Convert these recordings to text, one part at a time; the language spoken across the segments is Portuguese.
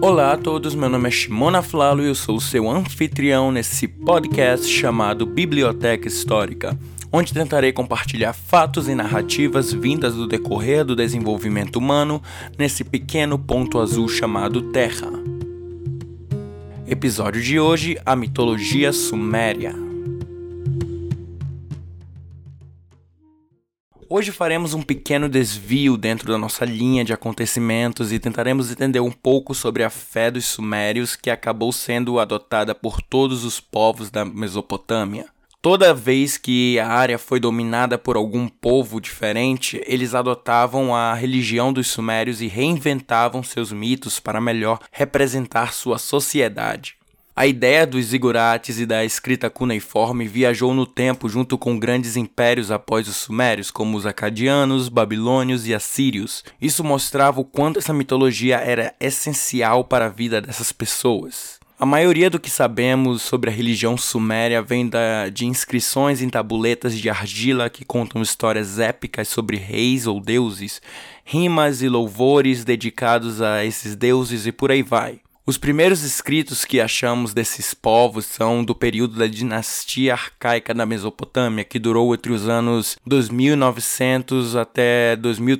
Olá a todos, meu nome é Shimon Aflalo e eu sou o seu anfitrião nesse podcast chamado Biblioteca Histórica, onde tentarei compartilhar fatos e narrativas vindas do decorrer do desenvolvimento humano nesse pequeno ponto azul chamado Terra. Episódio de hoje, a mitologia suméria. Hoje faremos um pequeno desvio dentro da nossa linha de acontecimentos e tentaremos entender um pouco sobre a fé dos sumérios que acabou sendo adotada por todos os povos da Mesopotâmia. Toda vez que a área foi dominada por algum povo diferente, eles adotavam a religião dos sumérios e reinventavam seus mitos para melhor representar sua sociedade. A ideia dos zigurates e da escrita cuneiforme viajou no tempo junto com grandes impérios após os sumérios, como os acadianos, babilônios e assírios. Isso mostrava o quanto essa mitologia era essencial para a vida dessas pessoas. A maioria do que sabemos sobre a religião suméria vem de inscrições em tabuletas de argila que contam histórias épicas sobre reis ou deuses, rimas e louvores dedicados a esses deuses e por aí vai. Os primeiros escritos que achamos desses povos são do período da dinastia arcaica da Mesopotâmia, que durou entre os anos 2900 até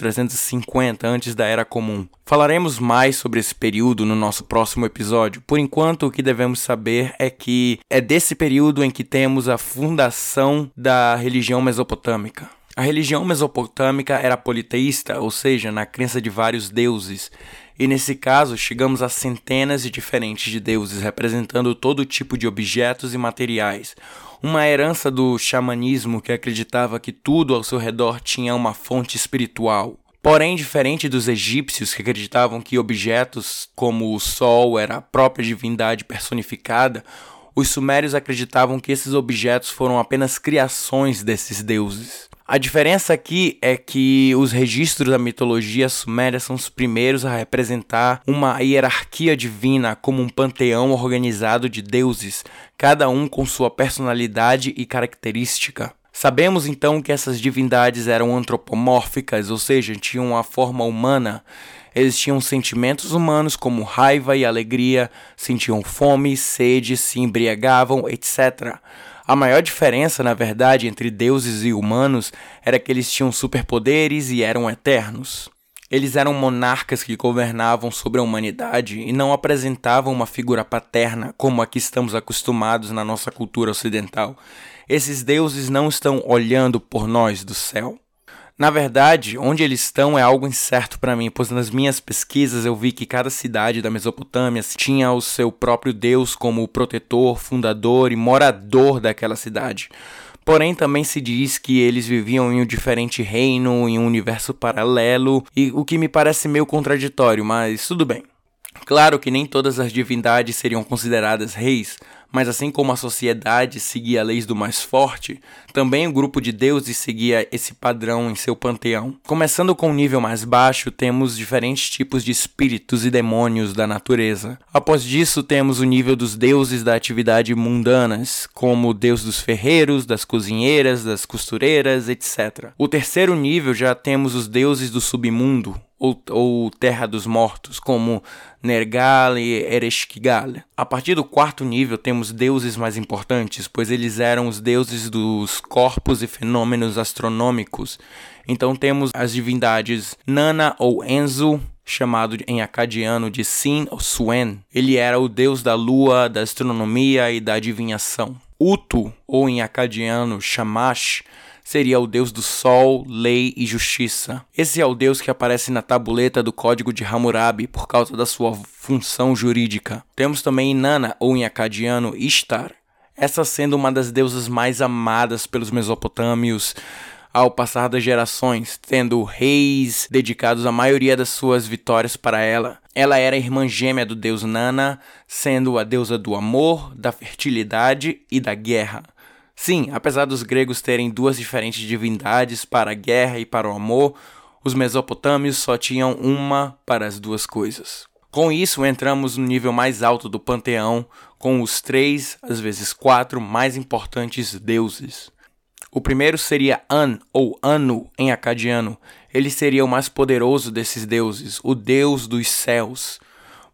2350, antes da Era Comum. Falaremos mais sobre esse período no nosso próximo episódio. Por enquanto, o que devemos saber é que é desse período em que temos a fundação da religião mesopotâmica. A religião mesopotâmica era politeísta, ou seja, na crença de vários deuses. E nesse caso, chegamos a centenas de diferentes de deuses, representando todo tipo de objetos e materiais. Uma herança do xamanismo que acreditava que tudo ao seu redor tinha uma fonte espiritual. Porém, diferente dos egípcios que acreditavam que objetos como o sol era a própria divindade personificada, os sumérios acreditavam que esses objetos foram apenas criações desses deuses. A diferença aqui é que os registros da mitologia suméria são os primeiros a representar uma hierarquia divina como um panteão organizado de deuses, cada um com sua personalidade e característica. Sabemos então que essas divindades eram antropomórficas, ou seja, tinham uma forma humana. Eles tinham sentimentos humanos como raiva e alegria, sentiam fome, sede, se embriagavam, etc. A maior diferença, na verdade, entre deuses e humanos era que eles tinham superpoderes e eram eternos. Eles eram monarcas que governavam sobre a humanidade e não apresentavam uma figura paterna como a que estamos acostumados na nossa cultura ocidental. Esses deuses não estão olhando por nós do céu. Na verdade, onde eles estão é algo incerto para mim, pois nas minhas pesquisas eu vi que cada cidade da Mesopotâmia tinha o seu próprio deus como protetor, fundador e morador daquela cidade. Porém, também se diz que eles viviam em um diferente reino, em um universo paralelo, e o que me parece meio contraditório, mas tudo bem. Claro que nem todas as divindades seriam consideradas reis, mas assim como a sociedade seguia leis do mais forte, também o grupo de deuses seguia esse padrão em seu panteão. Começando com o nível mais baixo, temos diferentes tipos de espíritos e demônios da natureza. Após disso, temos o nível dos deuses da atividade mundanas, como o deus dos ferreiros, das cozinheiras, das costureiras, etc. O terceiro nível já temos os deuses do submundo, ou Terra dos Mortos, como Nergal e Ereshkigal. A partir do quarto nível temos deuses mais importantes, pois eles eram os deuses dos corpos e fenômenos astronômicos. Então temos as divindades Nana ou Enzu, chamado em acadiano de Sin ou Suen. Ele era o deus da lua, da astronomia e da adivinhação. Utu, ou em acadiano Shamash, seria o deus do sol, lei e justiça. Esse é o deus que aparece na tabuleta do Código de Hammurabi por causa da sua função jurídica. Temos também Inanna, ou em acadiano Ishtar, essa sendo uma das deusas mais amadas pelos mesopotâmios ao passar das gerações, tendo reis dedicados a maioria das suas vitórias para ela. Ela era irmã gêmea do deus Nana, sendo a deusa do amor, da fertilidade e da guerra. Sim, apesar dos gregos terem duas diferentes divindades para a guerra e para o amor, os mesopotâmios só tinham uma para as duas coisas. Com isso, entramos no nível mais alto do panteão, com os 3, às vezes 4, mais importantes deuses. O primeiro seria An, ou Anu, em acadiano. Ele seria o mais poderoso desses deuses, o deus dos céus.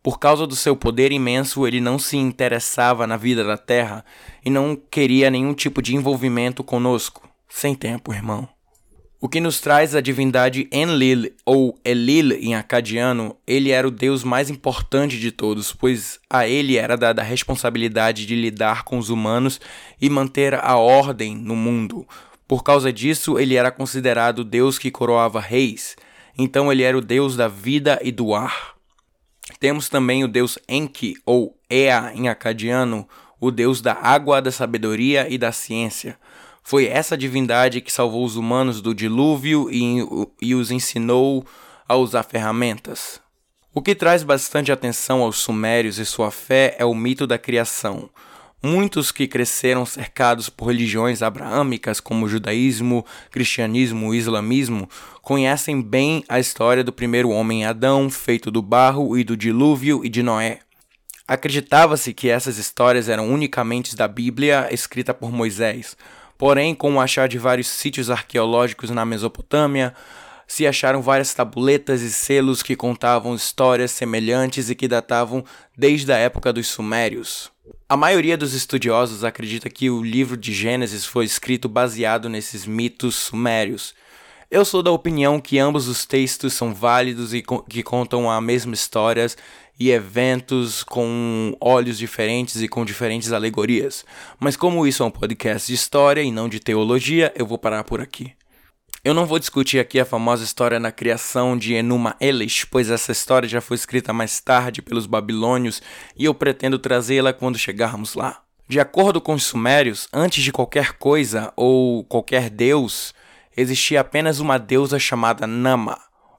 Por causa do seu poder imenso, ele não se interessava na vida da Terra e não queria nenhum tipo de envolvimento conosco. Sem tempo, irmão. O que nos traz a divindade Enlil, ou Elil em acadiano. Ele era o deus mais importante de todos, pois a ele era dada a responsabilidade de lidar com os humanos e manter a ordem no mundo. Por causa disso, ele era considerado o deus que coroava reis. Então ele era o deus da vida e do ar. Temos também o deus Enki, ou Ea em acadiano, o deus da água, da sabedoria e da ciência. Foi essa divindade que salvou os humanos do dilúvio e os ensinou a usar ferramentas. O que traz bastante atenção aos sumérios e sua fé é o mito da criação. Muitos que cresceram cercados por religiões abraâmicas como o judaísmo, cristianismo e islamismo conhecem bem a história do primeiro homem Adão, feito do barro e do dilúvio e de Noé. Acreditava-se que essas histórias eram unicamente da Bíblia escrita por Moisés. Porém, com o achar de vários sítios arqueológicos na Mesopotâmia, se acharam várias tabuletas e selos que contavam histórias semelhantes e que datavam desde a época dos Sumérios. A maioria dos estudiosos acredita que o livro de Gênesis foi escrito baseado nesses mitos sumérios. Eu sou da opinião que ambos os textos são válidos e que contam a mesma história e eventos com olhos diferentes e com diferentes alegorias. Mas como isso é um podcast de história e não de teologia, eu vou parar por aqui. Eu não vou discutir aqui a famosa história da criação de Enuma Elish, pois essa história já foi escrita mais tarde pelos babilônios e eu pretendo trazê-la quando chegarmos lá. De acordo com os sumérios, antes de qualquer coisa ou qualquer deus, existia apenas uma deusa chamada Nama,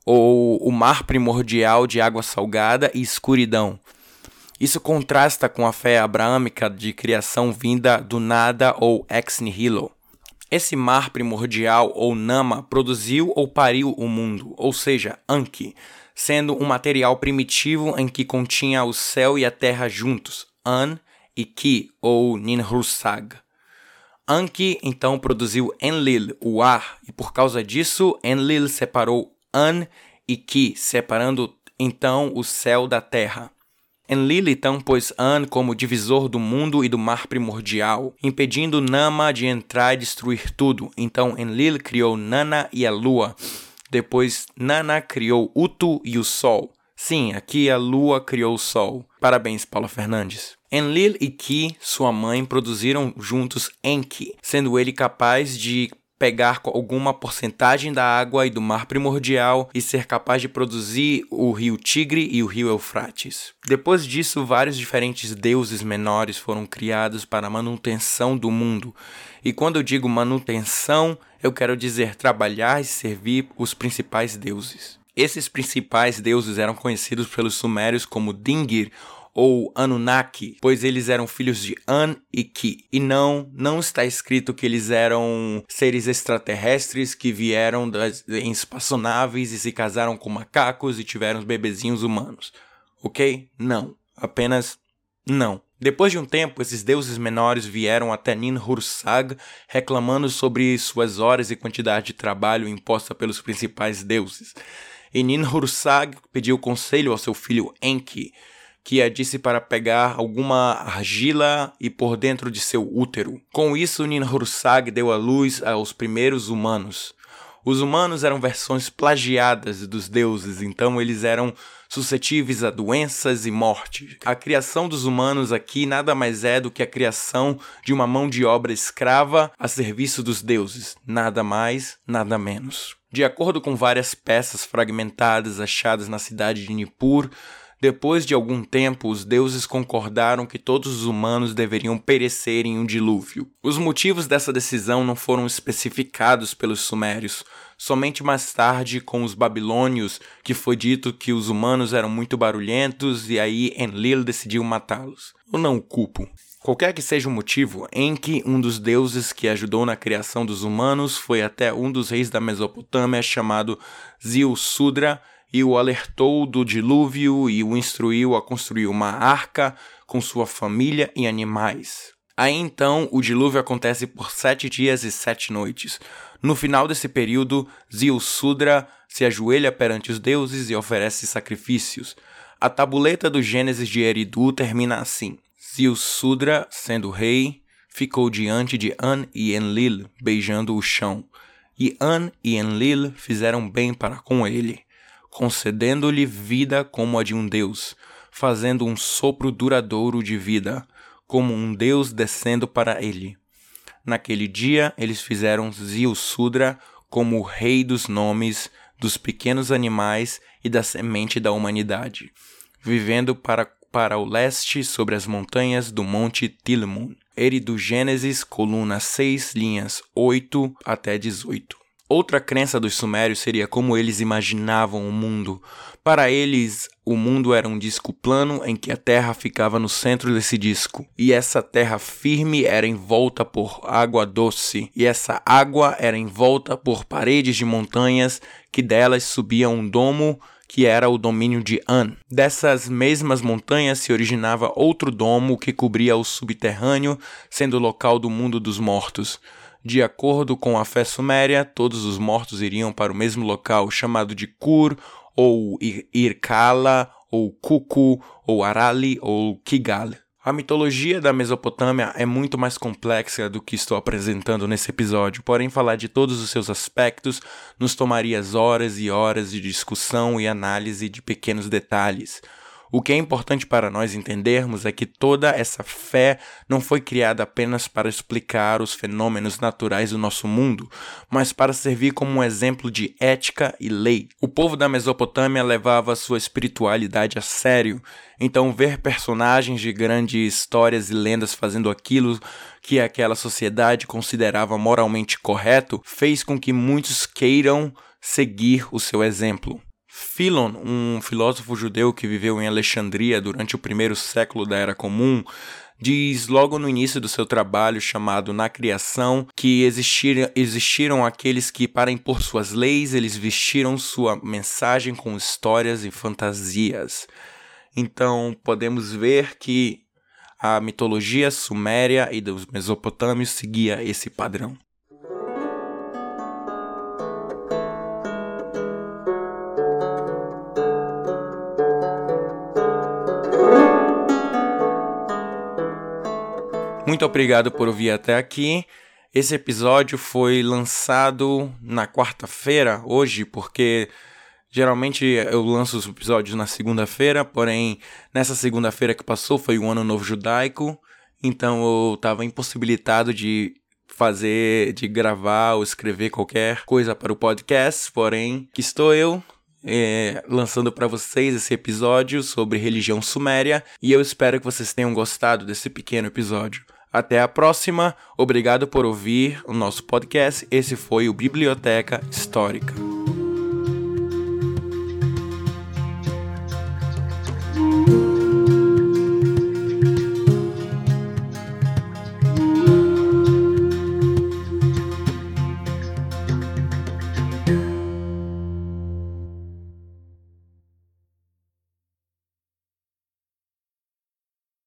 ou o mar primordial de água salgada e escuridão. Isso contrasta com a fé abraâmica de criação vinda do nada ou ex nihilo. Esse mar primordial ou Nama produziu ou pariu o mundo, ou seja, Anki, sendo um material primitivo em que continha o céu e a terra juntos, An e Ki, ou Ninhursag. Anki então produziu Enlil, o ar, e por causa disso Enlil separou An e Ki, separando então o céu da terra. Enlil então pôs An como divisor do mundo e do mar primordial, impedindo Nama de entrar e destruir tudo. Então Enlil criou Nana e a lua. Depois Nana criou Utu e o sol. Sim, aqui a lua criou o sol. Parabéns, Paula Fernandes. Enlil e Ki, sua mãe, produziram juntos Enki, sendo ele capaz de pegar alguma porcentagem da água e do mar primordial e ser capaz de produzir o rio Tigre e o rio Eufrates. Depois disso, vários diferentes deuses menores foram criados para a manutenção do mundo. E quando eu digo manutenção, eu quero dizer trabalhar e servir os principais deuses. Esses principais deuses eram conhecidos pelos sumérios como Dingir, ou Anunnaki, pois eles eram filhos de An e Ki. E não está escrito que eles eram seres extraterrestres que vieram em espaçonaves e se casaram com macacos e tiveram bebezinhos humanos. Ok? Não. Apenas não. Depois de um tempo, esses deuses menores vieram até Ninhursag reclamando sobre suas horas e quantidade de trabalho imposta pelos principais deuses. E Ninhursag pediu conselho ao seu filho Enki, que a disse para pegar alguma argila e pôr dentro de seu útero. Com isso, Ninhursag deu à luz aos primeiros humanos. Os humanos eram versões plagiadas dos deuses, então eles eram suscetíveis a doenças e morte. A criação dos humanos aqui nada mais é do que a criação de uma mão de obra escrava a serviço dos deuses. Nada mais, nada menos. De acordo com várias peças fragmentadas achadas na cidade de Nippur, depois de algum tempo, os deuses concordaram que todos os humanos deveriam perecer em um dilúvio. Os motivos dessa decisão não foram especificados pelos sumérios. Somente mais tarde, com os babilônios, que foi dito que os humanos eram muito barulhentos e aí Enlil decidiu matá-los. Eu não o culpo. Qualquer que seja o motivo, Enki, um dos deuses que ajudou na criação dos humanos, foi até um dos reis da Mesopotâmia chamado Ziusudra, e o alertou do dilúvio e o instruiu a construir uma arca com sua família e animais. Aí então o dilúvio acontece por 7 dias e 7 noites. No final desse período, Ziusudra se ajoelha perante os deuses e oferece sacrifícios. A tabuleta do Gênesis de Eridu termina assim: Ziusudra, sendo rei, ficou diante de An e Enlil, beijando o chão. E An e Enlil fizeram bem para com ele, concedendo-lhe vida como a de um deus, fazendo um sopro duradouro de vida, como um deus descendo para ele. Naquele dia, eles fizeram Ziusudra como o rei dos nomes, dos pequenos animais e da semente da humanidade, vivendo para o leste sobre as montanhas do monte Tilmun. Eridu Gênesis, coluna 6, linhas 8 até 18. Outra crença dos sumérios seria como eles imaginavam o mundo. Para eles, o mundo era um disco plano em que a terra ficava no centro desse disco. E essa terra firme era envolta por água doce. E essa água era envolta por paredes de montanhas que delas subia um domo que era o domínio de An. Dessas mesmas montanhas se originava outro domo que cobria o subterrâneo, sendo o local do mundo dos mortos. De acordo com a fé suméria, todos os mortos iriam para o mesmo local, chamado de Kur, ou Irkala, ou Kuku, ou Arali, ou Kigal. A mitologia da Mesopotâmia é muito mais complexa do que estou apresentando nesse episódio, porém falar de todos os seus aspectos nos tomaria horas e horas de discussão e análise de pequenos detalhes. O que é importante para nós entendermos é que toda essa fé não foi criada apenas para explicar os fenômenos naturais do nosso mundo, mas para servir como um exemplo de ética e lei. O povo da Mesopotâmia levava sua espiritualidade a sério, então ver personagens de grandes histórias e lendas fazendo aquilo que aquela sociedade considerava moralmente correto fez com que muitos queiram seguir o seu exemplo. Philon, um filósofo judeu que viveu em Alexandria durante o primeiro século da Era Comum, diz logo no início do seu trabalho chamado Na Criação que existiram aqueles que, para impor suas leis, eles vestiram sua mensagem com histórias e fantasias. Então, podemos ver que a mitologia suméria e dos mesopotâmios seguia esse padrão. Muito obrigado por ouvir até aqui. Esse episódio foi lançado na quarta-feira, hoje, porque geralmente eu lanço os episódios na segunda-feira, porém nessa segunda-feira que passou foi o Ano Novo Judaico, então eu estava impossibilitado de gravar ou escrever qualquer coisa para o podcast, porém aqui estou eu lançando para vocês esse episódio sobre religião suméria e eu espero que vocês tenham gostado desse pequeno episódio. Até a próxima, obrigado por ouvir o nosso podcast, esse foi o Biblioteca Histórica.